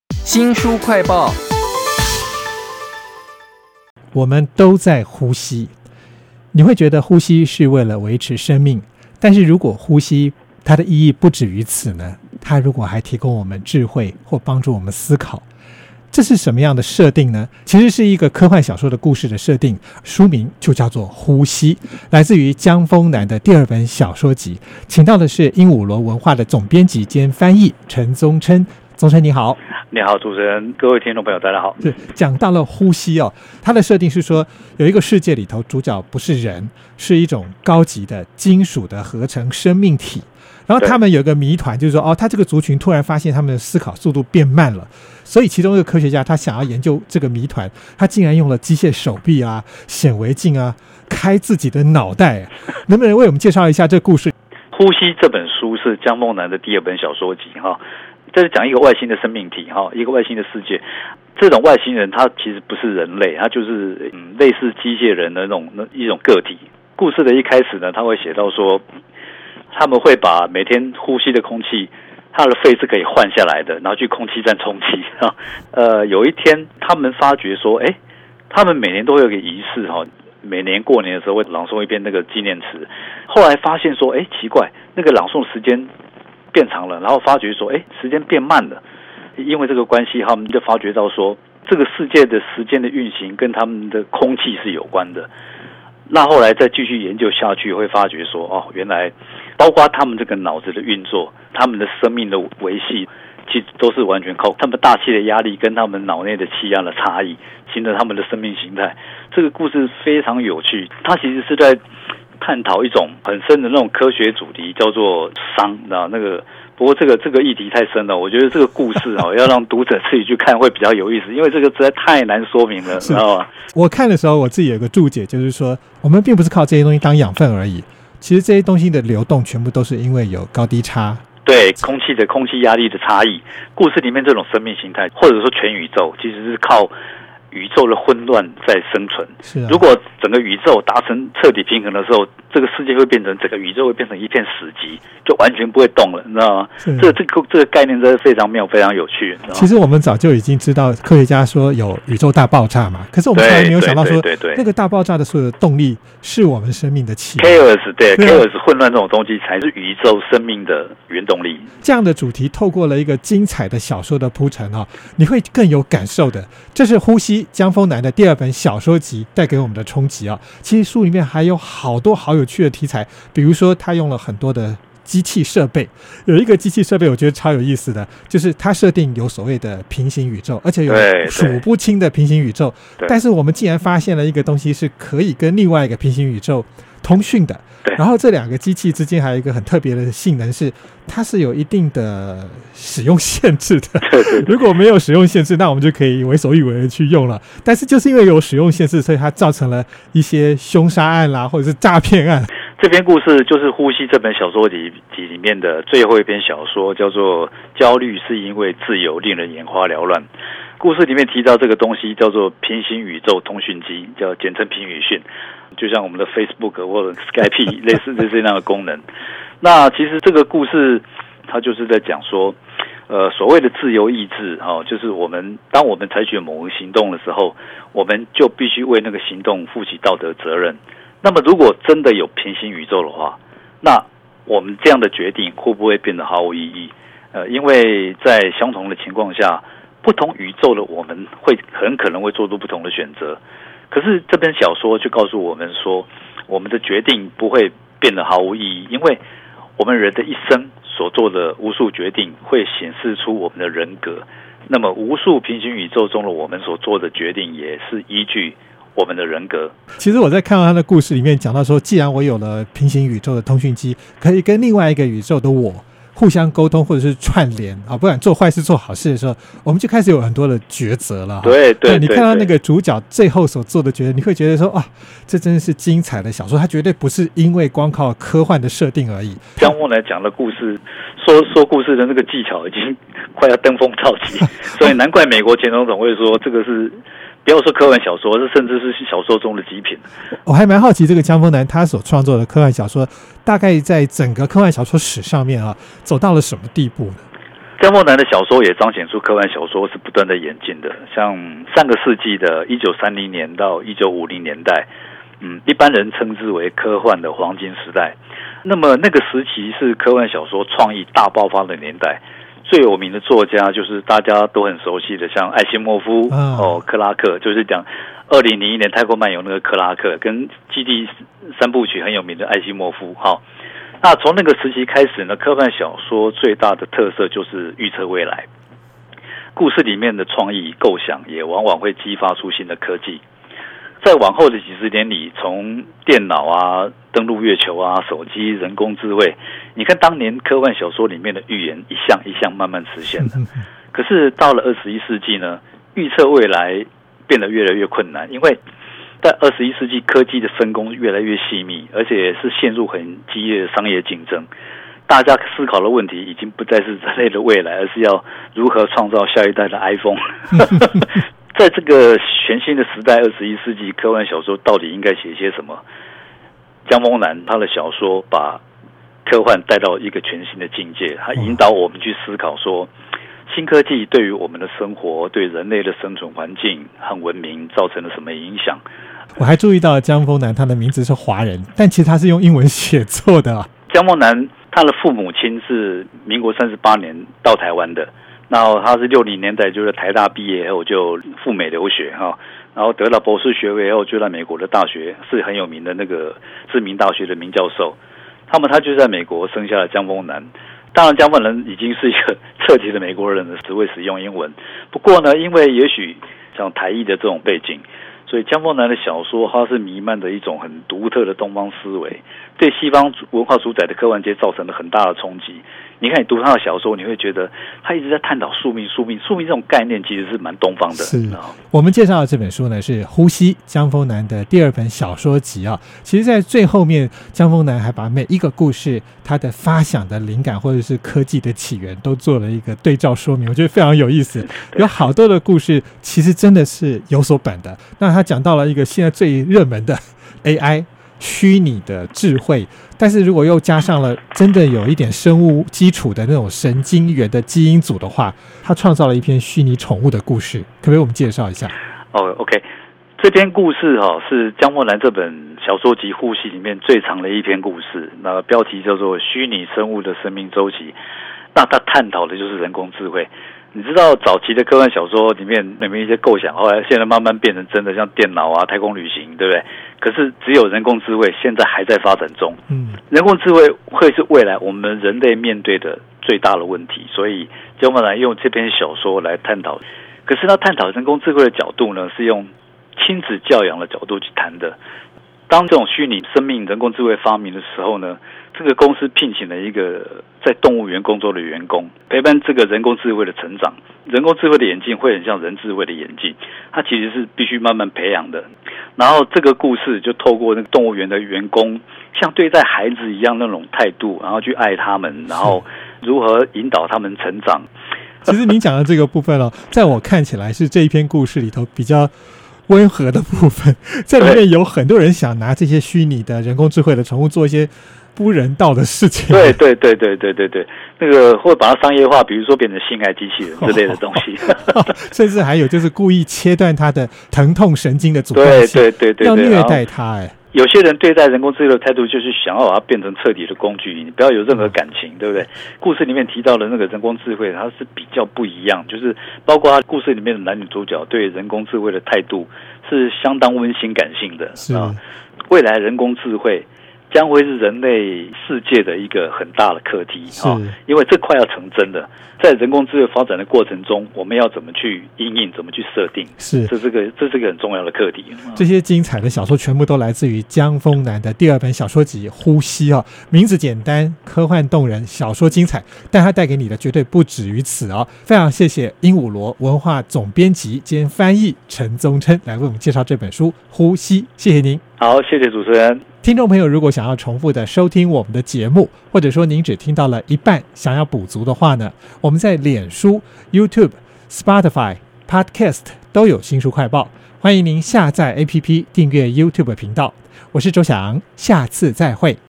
新书快报， 我们都在呼吸。你会觉得呼吸是为了维持生命，但是如果呼吸它的意义不止于此呢？它如果还提供我们智慧或帮助我们思考，这是什么样的设定呢？其实是一个科幻小说的故事的设定，书名就叫做《呼吸》，来自于江丰南的第二本小说集。请到的是鹦鹉螺文化的总编辑兼翻译陈宗琛。宗琛你好。 你好，主持人，各位听众朋友，大家好。 是讲到了呼吸哦，它的设定是说，有一个世界里头，主角不是人，是一种高级的金属的合成生命体。然后他们有个谜团，就是说，他这个族群突然发现他们的思考速度变慢了，所以其中一个科学家他想要研究这个谜团，他竟然用了机械手臂啊、显微镜啊，开自己的脑袋。能不能为我们介绍一下这个故事？ 呼吸这本书是江丰南的第二本小说集哈。这是讲一个外星的生命体哈，一个外星的世界。这种外星人他其实不是人类，他就是类似机械人的一种个体。故事的一开始呢，他会写到说，他们会把每天呼吸的空气，他的肺是可以换下来的，然后去空气站充气哈。有一天他们发觉说，他们每年都会有一个仪式哈，每年过年的时候会朗诵一篇那个纪念词。后来发现说，奇怪，那个朗诵时间变长了，然后发觉说，时间变慢了。因为这个关系，他们就发觉到说，这个世界的时间的运行跟他们的空气是有关的。那后来再继续研究下去，会发觉说，原来包括他们这个脑子的运作，他们的生命的维系，其实都是完全靠他们大气的压力跟他们脑内的气压的差异，形成他们的生命形态。这个故事非常有趣，它其实是在探讨一种很深的那种科学主题，叫做熵。不过这个议题太深了，我觉得这个故事要让读者自己去看会比较有意思，因为这个实在太难说明了，知道吗？ 我看的时候，我自己有个注解，就是说，我们并不是靠这些东西当养分而已，其实这些东西的流动全部都是因为有高低差。对， 空气压力的差异。故事里面这种生命形态，或者说全宇宙，其实是靠宇宙的混乱在生存。如果整个宇宙达成彻底平衡的时候，这个世界会变成整个宇宙会变成一片死寂，就完全不会动了，你知道吗？这个概念真的非常妙，非常有趣。 其实我们早就已经知道，科学家说有宇宙大爆炸嘛，可是我们从来没有想到说，那个大爆炸的所有的动力是我们生命的起源。 chaos 混乱这种东西才是宇宙生命的原动力。 这样的主题透过了一个精彩的小说的铺陈你会更有感受的。这是呼吸江丰南的第二本小说集带给我们的冲击其实书里面还有好多好有趣的题材，比如说他用了很多的机器设备。有一个机器设备我觉得超有意思的，就是它设定有所谓的平行宇宙，而且有数不清的平行宇宙，但是我们竟然发现了一个东西是可以跟另外一个平行宇宙通讯的。然后这两个机器之间还有一个很特别的性能，是它是有一定的使用限制的。如果没有使用限制，那我们就可以为所欲为的去用了。但是就是因为有使用限制，所以它造成了一些凶杀案啦，或者是诈骗案。 这篇故事就是《呼吸》这本小说集里面的最后一篇小说，叫做《焦虑是因为自由令人眼花缭乱》。故事里面提到这个东西叫做平行宇宙通讯机，简称平宇讯，就像我们的 Facebook 或者 Skype 类似这样的功能。那其实这个故事它就是在讲说，所谓的自由意志就是当我们采取某个行动的时候，我们就必须为那个行动负起道德责任。那么如果真的有平行宇宙的话，那我们这样的决定会不会变得毫无意义？因为在相同的情况下，不同宇宙的我们很可能会做出不同的选择。可是这篇小说就告诉我们说，我们的决定不会变得毫无意义，因为我们人的一生所做的无数决定会显示出我们的人格。那么无数平行宇宙中的我们所做的决定也是依据我们的人格。 其实我在看到他的故事里面讲到说，既然我有了平行宇宙的通讯机，可以跟另外一个宇宙的我互相沟通或者是串联不管做坏事做好事的时候，我们就开始有很多的抉择了。 对， 你看到那个主角最后所做的抉择，你会觉得说这真是精彩的小说，它绝对不是因为光靠科幻的设定而已。 江丰南讲的故事，说故事的那个技巧已经快要登峰造极，所以难怪美国前总统会说这个是不要说科幻小说，这甚至是小说中的极品。 我还蛮好奇这个江丰南他所创作的科幻小说，大概在整个科幻小说史上面走到了什么地步呢？ 江峰南的小说也彰显出科幻小说是不断的演进的。像上个世纪的1930年到1950年代，一般人称之为科幻的黄金时代。那么那个时期是科幻小说创意大爆发的年代。最有名的作家就是大家都很熟悉的，像艾西莫夫、克拉克，就是讲2001年太空漫游那个克拉克，跟基地三部曲很有名的艾西莫夫。那从那个时期开始呢，科幻小说最大的特色就是预测未来，故事里面的创意构想也往往会激发出新的科技。在往后的几十年里，从电脑啊、登陆月球啊、手机、人工智慧，你看当年科幻小说里面的预言一项一项慢慢实现了。可是到了21世纪呢，预测未来变得越来越困难，因为在21世纪科技的分工越来越细密，而且是陷入很激烈的商业竞争。大家思考的问题已经不再是人类的未来，而是要如何创造下一代的 iPhone。在这个全新的时代，21世纪科幻小说到底应该写些什么？江峰南他的小说把科幻带到一个全新的境界，他引导我们去思考说，新科技对于我们的生活、对人类的生存环境和文明造成了什么影响？ 我还注意到江峰南他的名字是华人，但其实他是用英文写作的。 江峰南他的父母亲是民国38年到台湾的。然后他是60年代就是台大毕业后就赴美留学然后得到博士学位后就在美国的大学是很有名的那个知名大学的名教授。他就在美国生下了江峰南。当然江峰南已经是一个彻底的美国人了，只会使用英文。不过呢，因为也许像台裔的这种背景，所以江峰南的小说它是弥漫的一种很独特的东方思维，对西方文化主宰的科幻界造成了很大的冲击。你看你读他的小说，你会觉得他一直在探讨宿命这种概念其实是蛮东方的。 是我们介绍的这本书呢是《呼吸》，江峰南的第2本小说集啊。其实在最后面，江峰南还把每一个故事它的发想的灵感或者是科技的起源都做了一个对照说明，我觉得非常有意思。有好多的故事其实真的是有所本的。那他讲到了一个现在最热门的 AI 虚拟的智慧，但是如果又加上了真的有一点生物基础的那种神经元的基因组的话，他创造了一篇虚拟宠物的故事，可不可以我们介绍一下 ？OK， 这篇故事是江峰南这本小说集《呼吸》里面最长的一篇故事，那标题叫做《虚拟生物的生命周期》。那他探讨的就是人工智慧。你知道早期的科幻小说里面一些构想，后来现在慢慢变成真的，像电脑啊、太空旅行，对不对？可是只有人工智慧现在还在发展中。人工智慧会是未来我们人类面对的最大的问题，所以江峰南用这篇小说来探讨。可是他探讨人工智慧的角度呢，是用亲子教养的角度去谈的。当这种虚拟生命人工智慧发明的时候呢，这个公司聘请了一个在动物园工作的员工，陪伴这个人工智慧的成长。人工智慧的眼镜会很像人智慧的眼镜，它其实是必须慢慢培养的。然后这个故事就透过那个动物园的员工像对待孩子一样那种态度，然后去爱他们，然后如何引导他们成长。 其实您讲的这个部分在我看起来是这一篇故事里头比较温和的部分，在里面有很多人想拿这些虚拟的人工智慧的宠物做一些不人道的事情。 对，那个会把它商业化，比如说变成性爱机器人之类的东西， 甚至还有就是故意切断它的疼痛神经的阻断器，对，要虐待它。 有些人对待人工智慧的态度就是想要把它变成彻底的工具，你不要有任何感情，对不对？故事里面提到的那个人工智慧，它是比较不一样，就是包括他故事里面的男女主角对人工智慧的态度是相当温馨感性的。未来人工智慧将会是人类世界的一个很大的课题因为这快要成真了。在人工智慧发展的过程中，我们要怎么去因应，怎么去设定，这是个很重要的课题。 这些精彩的小说全部都来自于江峰南的第2本小说集《呼吸》名字简单，科幻动人，小说精彩，但它带给你的绝对不止于此非常谢谢鹦鹉螺文化总编辑兼翻译陈宗琛来为我们介绍这本书《呼吸》，谢谢您。 好，谢谢主持人。 听众朋友，如果想要重复的收听我们的节目，或者说您只听到了一半想要补足的话呢，我们在脸书、YouTube、Spotify、Podcast 都有新书快报，欢迎您下载 APP 订阅 YouTube 频道。我是周翔，下次再会。